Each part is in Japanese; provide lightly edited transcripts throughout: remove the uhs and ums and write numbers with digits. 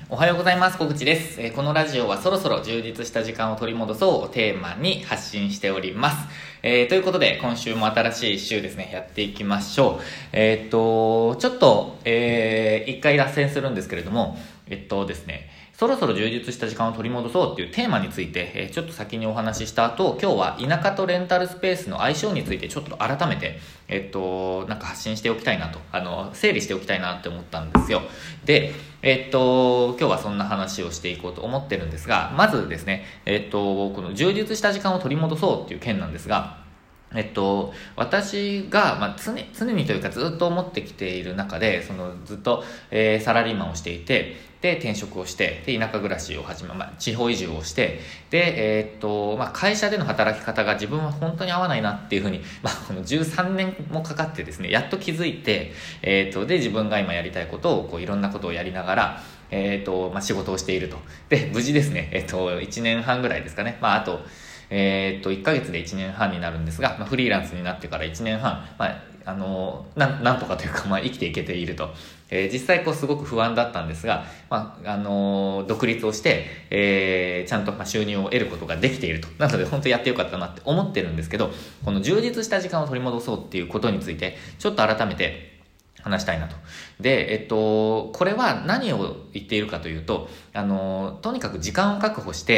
おはようございます。小口です。このラジオはそろそろ充実した時間を取り戻そうをテーマに発信しております。ということで今週も新しい週ですね、やっていきましょう。ちょっと、一回脱線するんですけれども、ですね、そろそろ充実した時間を取り戻そうっていうテーマについて、ちょっと先にお話しした後、今日は田舎とレンタルスペースの相性についてちょっと改めて、なんか発信しておきたいなと、整理しておきたいなって思ったんですよ。で、今日はそんな話をしていこうと思ってるんですが、まずですね、この充実した時間を取り戻そうっていう件なんですが、私が、常にというかずっと思ってきている中で、ずっと、サラリーマンをしていて、で、転職をして、で、田舎暮らしを始め、地方移住をして、で、会社での働き方が自分は本当に合わないなっていうふうに、この13年もかかってですね、やっと気づいて、で、自分が今やりたいことを、いろんなことをやりながら、仕事をしていると。で、無事ですね、1年半ぐらいですかね。あと、1ヶ月で1年半になるんですが、フリーランスになってから1年半、なんとかというか、生きていけていると。実際すごく不安だったんですが、独立をして、ちゃんと収入を得ることができていると。なので本当やってよかったなって思ってるんですけど、この充実した時間を取り戻そうっていうことについて、ちょっと改めて話したいなと。で、これは何を言っているかというと、とにかく時間を確保して、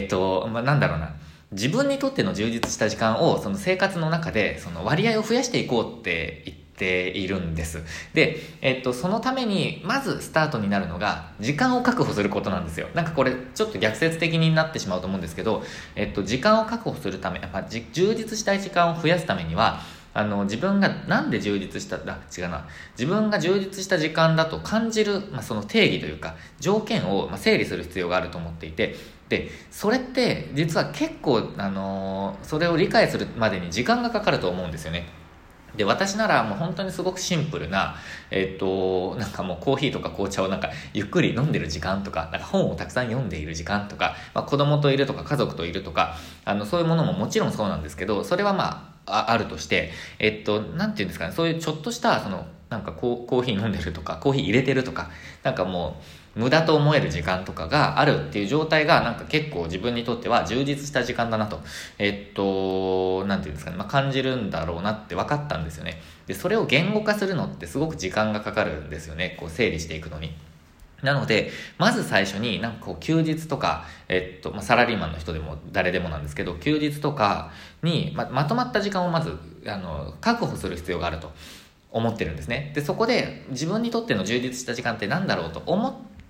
自分にとっての充実した時間をその生活の中でその割合を増やしていこうって言っているんです。で、そのためにまずスタートになるのが時間を確保することなんですよ。なんかこれちょっと逆説的になってしまうと思うんですけど、時間を確保するため、充実したい時間を増やすためには自分がなんで充実した自分が充実した時間だと感じる、その定義というか条件を整理する必要があると思っていて、でそれって実は結構それを理解するまでに時間がかかると思うんですよね。で、私ならもう本当にすごくシンプルな、なんかもうコーヒーとか紅茶をなんかゆっくり飲んでる時間とか、なんか本をたくさん読んでいる時間とか、子供といるとか家族といるとか、そういうものももちろんそうなんですけど、それはあるとして、なんていうんですかね、そういうちょっとしたなんかコーヒー飲んでるとか、コーヒー入れてるとか、なんかもう無駄と思える時間とかがあるっていう状態がなんか結構自分にとっては充実した時間だなと、なんていうんですかね、感じるんだろうなって分かったんですよね。で、それを言語化するのってすごく時間がかかるんですよね。整理していくのに。なので、まず最初に休日とか、サラリーマンの人でも誰でもなんですけど、休日とかにまとまった時間をまず、確保する必要があると思ってるんですね。で、そこで自分にとっての充実した時間って何だろうと思って、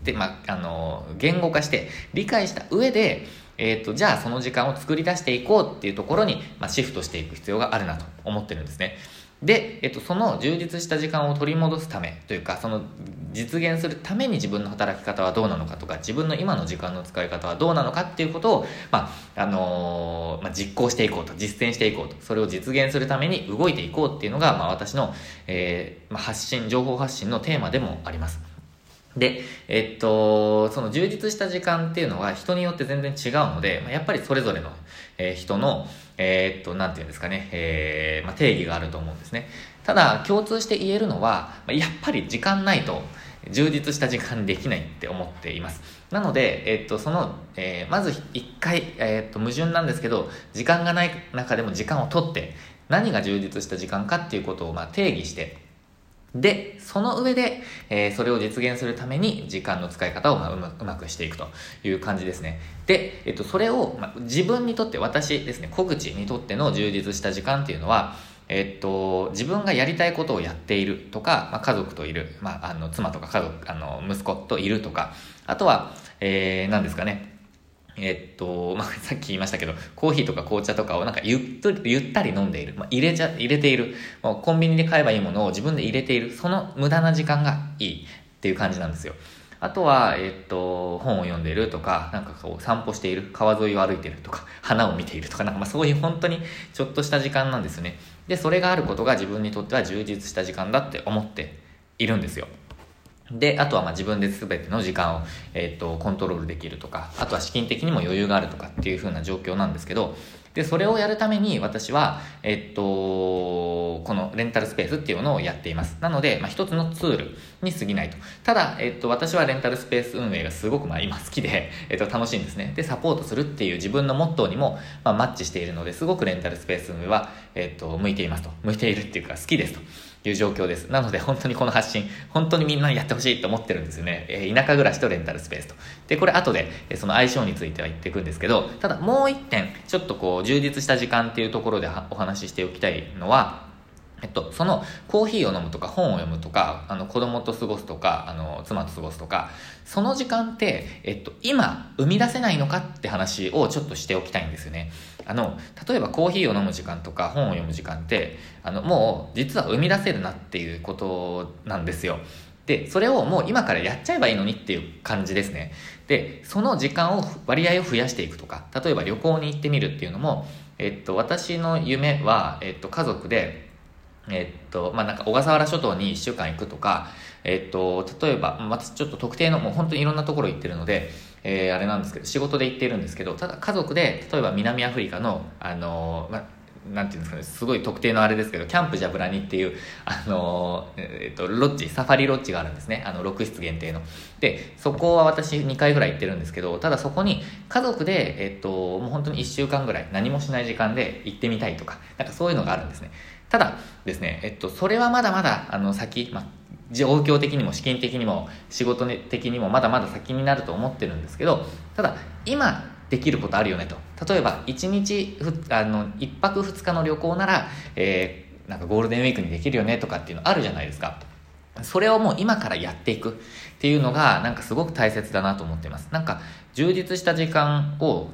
言語化して理解した上で、じゃあその時間を作り出していこうっていうところに、シフトしていく必要があるなと思ってるんですね。で、その充実した時間を取り戻すためというか、その実現するために自分の働き方はどうなのかとか、自分の今の時間の使い方はどうなのかっていうことを、実行していこうと、実践していこうと、それを実現するために動いていこうっていうのが、私の、情報発信のテーマでもあります。で、その充実した時間っていうのは人によって全然違うので、やっぱりそれぞれの、人の、なんていうんですかね、定義があると思うんですね。ただ、共通して言えるのは、やっぱり時間ないと充実した時間できないって思っています。なので、まず一回、矛盾なんですけど、時間がない中でも時間を取って、何が充実した時間かっていうことを定義して、で、その上で、それを実現するために時間の使い方をうまくしていくという感じですね。で、それを、自分にとって、私ですね、小口にとっての充実した時間っていうのは、自分がやりたいことをやっているとか、家族といる、妻とか家族、息子といるとか、あとは、何ですかね、さっき言いましたけど、コーヒーとか紅茶とかをなんかゆったり飲んでいる。入れている。もうコンビニで買えばいいものを自分で入れている。その無駄な時間がいいっていう感じなんですよ。あとは、本を読んでいるとか、なんか散歩している。川沿いを歩いているとか、花を見ているとか、そういう本当にちょっとした時間なんですよね。で、それがあることが自分にとっては充実した時間だって思っているんですよ。 で、あとは自分で全ての時間を、コントロールできるとか、あとは資金的にも余裕があるとかっていう風な状況なんですけど、で、それをやるために私は、このレンタルスペースっていうのをやっています。なので、一つのツールに過ぎないと。ただ、私はレンタルスペース運営がすごく今好きで、楽しいんですね。で、サポートするっていう自分のモットーにも、マッチしているので、すごくレンタルスペース運営は、向いていますと。向いているっていうか好きですという状況です。なので本当にこの発信、本当にみんなにやってほしいと思ってるんですよね。田舎暮らしとレンタルスペースと。で、これ後でその相性については言っていくんですけど、ただもう一点、ちょっと充実した時間っていうところでお話ししておきたいのは、そのコーヒーを飲むとか本を読むとか子供と過ごすとか妻と過ごすとか、その時間って、今生み出せないのかって話をちょっとしておきたいんですよね。例えばコーヒーを飲む時間とか本を読む時間ってもう実は生み出せるなっていうことなんですよ。で、それをもう今からやっちゃえばいいのにっていう感じですね。で、その時間を割合を増やしていくとか、例えば旅行に行ってみるっていうのも、私の夢は、家族でなんか小笠原諸島に1週間行くとか、例えば、ちょっと特定のもう本当にいろんなところ行ってるので、あれなんですけど、仕事で行っているんですけど、ただ家族で例えば南アフリカのなんていうんですかね、すごい特定のあれですけど、キャンプジャブラニっていうロッジ、サファリロッジがあるんですね。6室限定の。で、そこは私2回ぐらい行ってるんですけど、ただそこに家族でもう本当に1週間ぐらい何もしない時間で行ってみたいとか、なんかそういうのがあるんですね。ただですね、それはまだまだ先、状況的にも資金的にも仕事的にもまだまだ先になると思ってるんですけど、ただ今できることあるよねと。例えば1泊2日の旅行なら、なんかゴールデンウィークにできるよねとかっていうのあるじゃないですか。それをもう今からやっていくっていうのがなんかすごく大切だなと思っています。なんか充実した時間を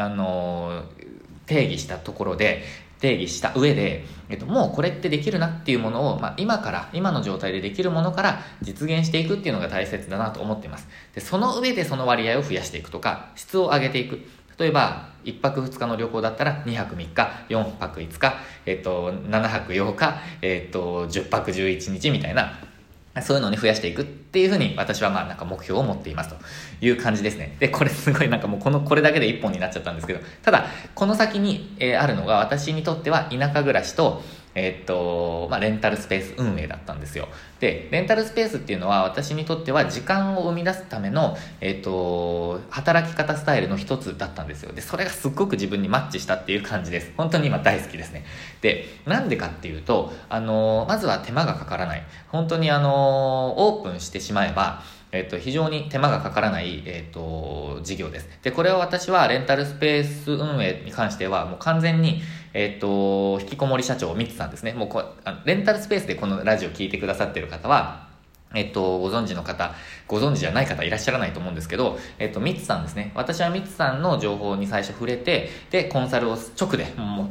定義した上で、もうこれってできるなっていうものを、今の状態でできるものから実現していくっていうのが大切だなと思っています。で、その上でその割合を増やしていくとか、質を上げていく。例えば、1泊2日の旅行だったら2泊3日、4泊5日、7泊8日、10泊11日みたいな、そういうのに増やしていくっていうふうに私はなんか目標を持っていますという感じですね。で、これすごいなんかもうこれだけで一本になっちゃったんですけど、ただこの先に、あるのが私にとっては田舎暮らしとレンタルスペース運営だったんですよ。で、レンタルスペースっていうのは私にとっては時間を生み出すための、働き方スタイルの一つだったんですよ。で、それがすっごく自分にマッチしたっていう感じです。本当に今大好きですね。で、なんでかっていうと、まずは手間がかからない。本当にオープンしてしまえば、非常に手間がかからない、事業です。で、これは私はレンタルスペース運営に関してはもう完全に引きこもり社長ミツさんですね。もうレンタルスペースでこのラジオ聞いてくださっている方は、ご存知の方、ご存知じゃない方いらっしゃらないと思うんですけど、ミツさんですね。私はミツさんの情報に最初触れて、で、コンサルを即、も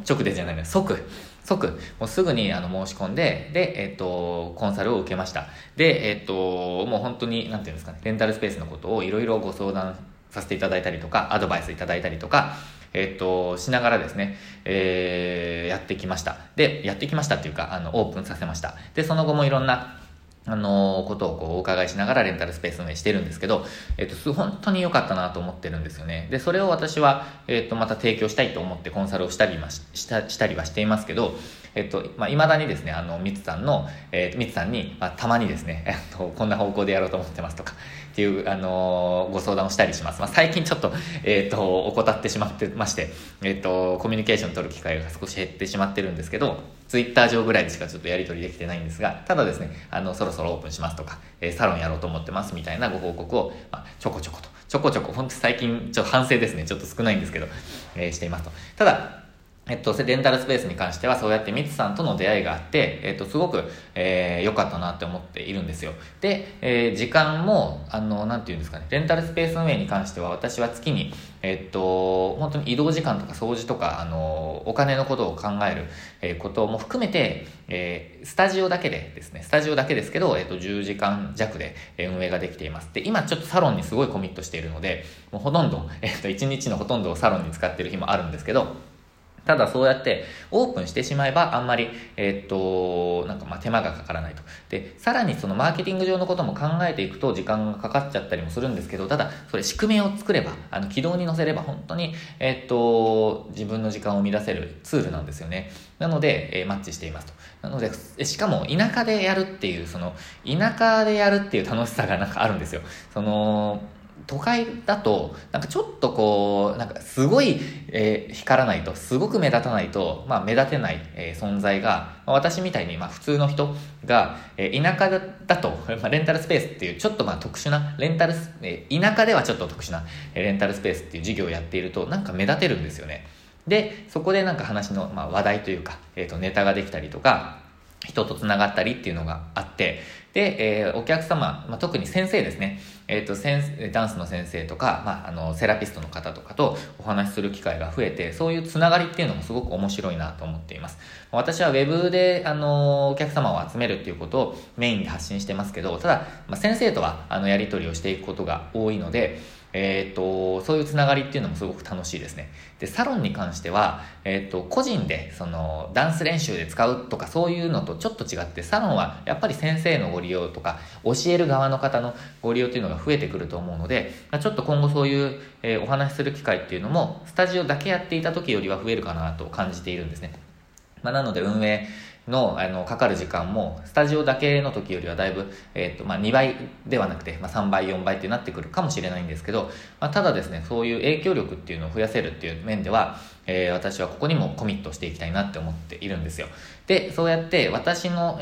うすぐに申し込んで、で、コンサルを受けました。で、もう本当に、なんていうんですかね、レンタルスペースのことをいろいろご相談させていただいたりとか、アドバイスいただいたりとか、しながらですね、やってきました。で、やってきましたっていうか、オープンさせました。で、その後もいろんな、ことをお伺いしながらレンタルスペース運営してるんですけど、本当に良かったなと思ってるんですよね。で、それを私は、また提供したいと思ってコンサルをしたりはしていますけど、未だにですね、ミツさんに、たまにですね、こんな方向でやろうと思ってますとか、っていう、ご相談をしたりします。最近ちょっと、怠ってしまってまして、コミュニケーション取る機会が少し減ってしまってるんですけど、ツイッター上ぐらいでしかちょっとやり取りできてないんですが、ただですね、そろそろオープンしますとか、サロンやろうと思ってますみたいなご報告を、ちょこちょこと、本当に最近ちょっと反省ですね、ちょっと少ないんですけど、していますと。ただ、レンタルスペースに関してはそうやってミツさんとの出会いがあって、すごく、良かったなって思っているんですよ。で、時間も、なんていうんですかね、レンタルスペース運営に関しては私は月に、本当に移動時間とか掃除とか、お金のことを考える、ことも含めて、スタジオだけですけど、10時間弱で運営ができています。で、今ちょっとサロンにすごいコミットしているので、もうほとんど、1日のほとんどをサロンに使っている日もあるんですけど、 ただそうやってオープンしてしまえばあんまり、手間がかからないと。で、さらにそのマーケティング上のことも考えていくと時間がかかっちゃったりもするんですけど、ただそれ仕組みを作れば、軌道に乗せれば本当に、自分の時間を生み出せるツールなんですよね。なので、マッチしていますと。なので、しかも田舎でやるっていう、田舎でやるっていう楽しさがなんかあるんですよ。都会だとなんかちょっとこうすごい、光らないと、すごく目立たないと、目立てない、存在が、私みたいに普通の人が、田舎だと、レンタルスペースっていうちょっと特殊な田舎ではちょっと特殊なレンタルスペースっていう事業をやっているとなんか目立てるんですよね。でそこでなんか話の、話題というか、ネタができたりとか人とつながったりっていうのがあって、で、お客様、特に先生ですね、ダンスの先生とか、セラピストの方とかとお話しする機会が増えて、そういうつながりっていうのもすごく面白いなと思っています。私はウェブで、お客様を集めるっていうことをメインで発信してますけど、ただ、先生とはやり取りをしていくことが多いので、そういうつながりっていうのもすごく楽しいですね。で、サロンに関しては、個人でダンス練習で使うとかそういうのとちょっと違って、サロンはやっぱり先生のご利用とか教える側の方のご利用っていうのが増えてくると思うので、ちょっと今後そういう、お話しする機会っていうのもスタジオだけやっていた時よりは増えるかなと感じているんですね。なので運営のかかる時間もスタジオだけの時よりはだいぶ、2倍ではなくて、3倍4倍ってなってくるかもしれないんですけど、ただですね、そういう影響力っていうのを増やせるっていう面では、私はここにもコミットしていきたいなって思っているんですよ。で、そうやって私の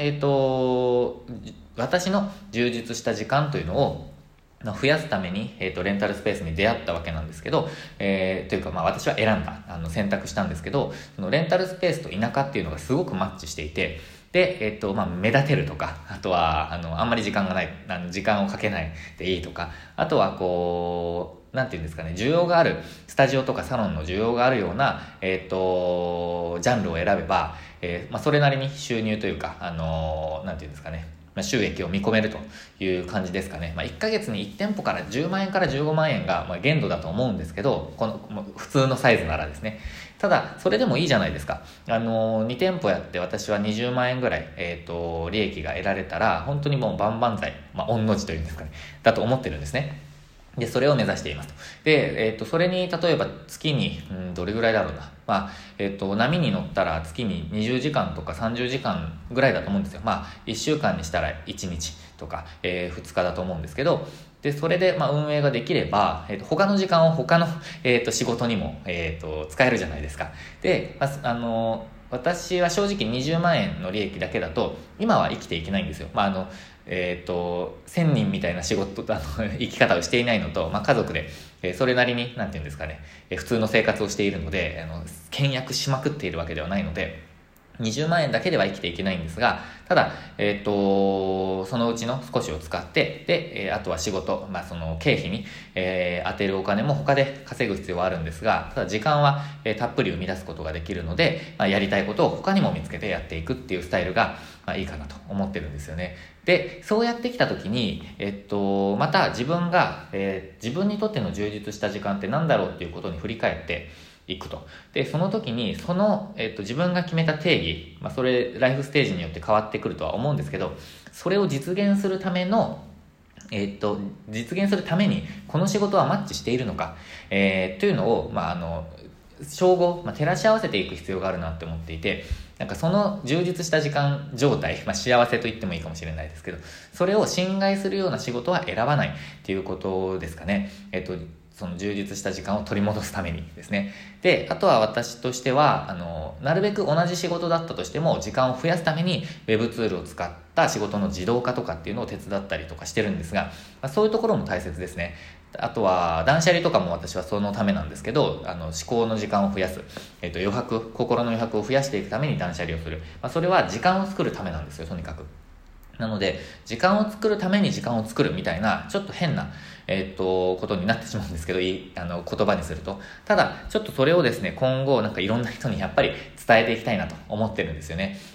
充実した時間というのを増やすために、レンタルスペースに出会ったわけなんですけど、というか私は選んだ選択したんですけど、そのレンタルスペースと田舎っていうのがすごくマッチしていて、で、目立てるとか、あとはあんまり時間がない、時間をかけないでいいとか、あとはこうなんていうんですかね、需要があるスタジオとかサロンの需要があるような、ジャンルを選べば、それなりに収入というか、なんていうんですかね、収益を見込めるという感じですかね。1ヶ月に1店舗から10万円から15万円が限度だと思うんですけど、この普通のサイズならですね。ただそれでもいいじゃないですか。2店舗やって私は20万円ぐらい、利益が得られたら本当にもう万々歳、御の字というんですかね、だと思ってるんですね。で、それを目指していますと。で、それに、例えば月に、どれぐらいだろうな。波に乗ったら月に20時間とか30時間ぐらいだと思うんですよ。1週間にしたら1日とか、2日だと思うんですけど、で、それで、運営ができれば、他の時間を他の、仕事にも、使えるじゃないですか。で、私は正直20万円の利益だけだと、今は生きていけないんですよ。1000人みたいな仕事生き方をしていないのと、家族で、それなりになんていうんですかね、普通の生活をしているので倹約しまくっているわけではないので20万円だけでは生きていけないんですが、ただ、そのうちの少しを使って、で、あとは仕事、その経費に、当てるお金も他で稼ぐ必要はあるんですが、ただ時間は、たっぷり生み出すことができるので、やりたいことを他にも見つけてやっていくっていうスタイルが、いいかなと思ってるんですよね。で、そうやってきたときに、また自分が、自分にとっての充実した時間って何だろうっていうことに振り返っていくと。で、その時に、自分が決めた定義、それ、ライフステージによって変わってくるとは思うんですけど、それを実現するための、実現するために、この仕事はマッチしているのか、というのを、照合、照らし合わせていく必要があるなって思っていて、なんかその充実した時間状態、幸せと言ってもいいかもしれないですけど、それを侵害するような仕事は選ばないっていうことですかね。その充実した時間を取り戻すためにですね。で、あとは私としてはなるべく同じ仕事だったとしても時間を増やすためにウェブツールを使った仕事の自動化とかっていうのを手伝ったりとかしてるんですが、そういうところも大切ですね。あとは断捨離とかも私はそのためなんですけど、思考の時間を増やす、心の余白を増やしていくために断捨離をする、それは時間を作るためなんですよ、とにかく。なので時間を作るために時間を作るみたいなちょっと変な、ことになってしまうんですけど、言葉にすると。ただちょっとそれをですね、今後なんかいろんな人にやっぱり伝えていきたいなと思ってるんですよね。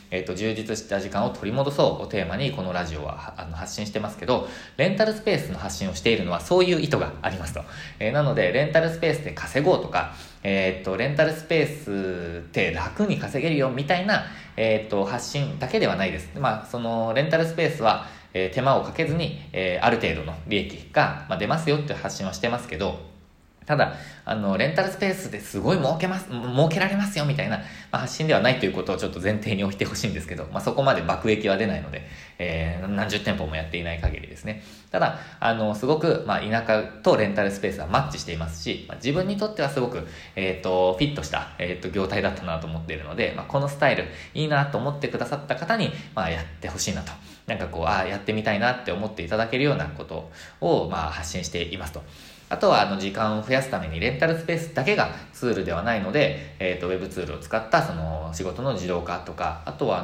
充実した時間を取り戻そうをテーマにこのラジオは発信してますけど、レンタルスペースの発信をしているのはそういう意図がありますと。なので、レンタルスペースで稼ごうとか、レンタルスペースって楽に稼げるよみたいな、発信だけではないです。そのレンタルスペースは、手間をかけずに、ある程度の利益が、出ますよっていう発信はしてますけど、ただ、レンタルスペースですごい儲けられますよみたいな、発信ではないということをちょっと前提に置いてほしいんですけど、そこまで爆益は出ないので、何十店舗もやっていない限りですね。ただ、すごく、田舎とレンタルスペースはマッチしていますし、自分にとってはすごく、フィットした、業態だったなと思っているので、このスタイルいいなと思ってくださった方に、やってほしいなと。やってみたいなって思っていただけるようなことを、発信していますと。あとは時間を増やすためにレンタルスペースだけがツールではないので、ウェブツールを使ったその仕事の自動化とか、あとは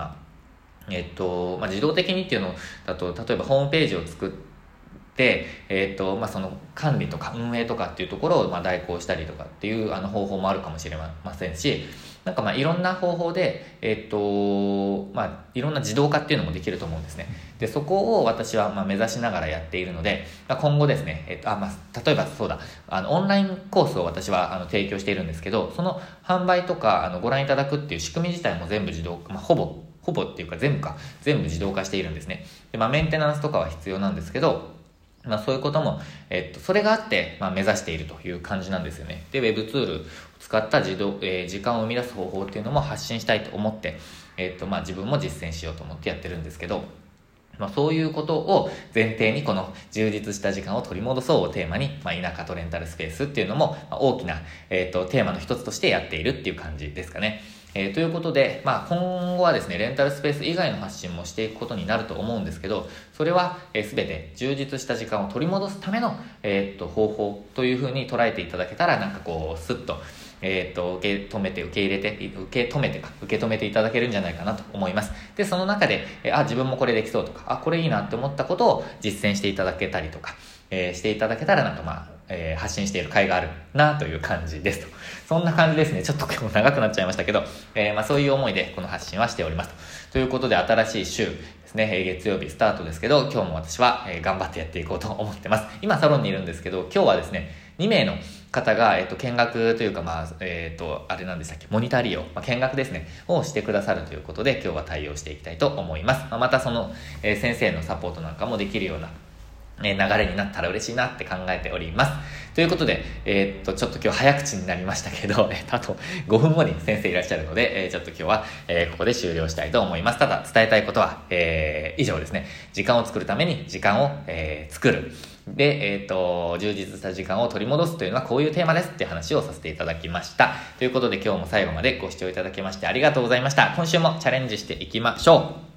自動的にっていうのだと、例えばホームページを作って、その管理とか運営とかっていうところを代行したりとかっていう方法もあるかもしれませんし、いろんな方法で、いろんな自動化っていうのもできると思うんですね。で、そこを私は目指しながらやっているので、今後ですね、例えばそうだ、オンラインコースを私は提供しているんですけど、その販売とかご覧いただくっていう仕組み自体も全部自動化、ほぼっていうか全部自動化しているんですね。で、メンテナンスとかは必要なんですけど、そういうことも、それがあって、目指しているという感じなんですよね。で、ウェブツールを使った時間を生み出す方法っていうのも発信したいと思って、自分も実践しようと思ってやってるんですけど、そういうことを前提にこの充実した時間を取り戻そうをテーマに、田舎とレンタルスペースっていうのも、大きな、テーマの一つとしてやっているっていう感じですかね。ということで、今後はですね、レンタルスペース以外の発信もしていくことになると思うんですけど、それは全て充実した時間を取り戻すための、方法というふうに捉えていただけたら、スッと、受け止めていただけるんじゃないかなと思います。で、その中で、自分もこれできそうとか、これいいなって思ったことを実践していただけたりとか、していただけたら発信している甲斐があるなという感じですと。そんな感じですね。ちょっと今日長くなっちゃいましたけど、そういう思いでこの発信はしておりますということで、新しい週ですね、月曜日スタートですけど、今日も私は、頑張ってやっていこうと思ってます。今サロンにいるんですけど、今日はですね、2名の方が、見学というか、あれなんでしたっけ、モニター利用、見学ですね、をしてくださるということで、今日は対応していきたいと思います。またその、先生のサポートなんかもできるような流れになったら嬉しいなって考えております。ということで、ちょっと今日早口になりましたけど、あと5分後に先生いらっしゃるので、ちょっと今日は、ここで終了したいと思います。ただ伝えたいことは、以上ですね。時間を作るために時間を、作る。で、充実した時間を取り戻すというのはこういうテーマですって話をさせていただきました。ということで今日も最後までご視聴いただきましてありがとうございました。今週もチャレンジしていきましょう。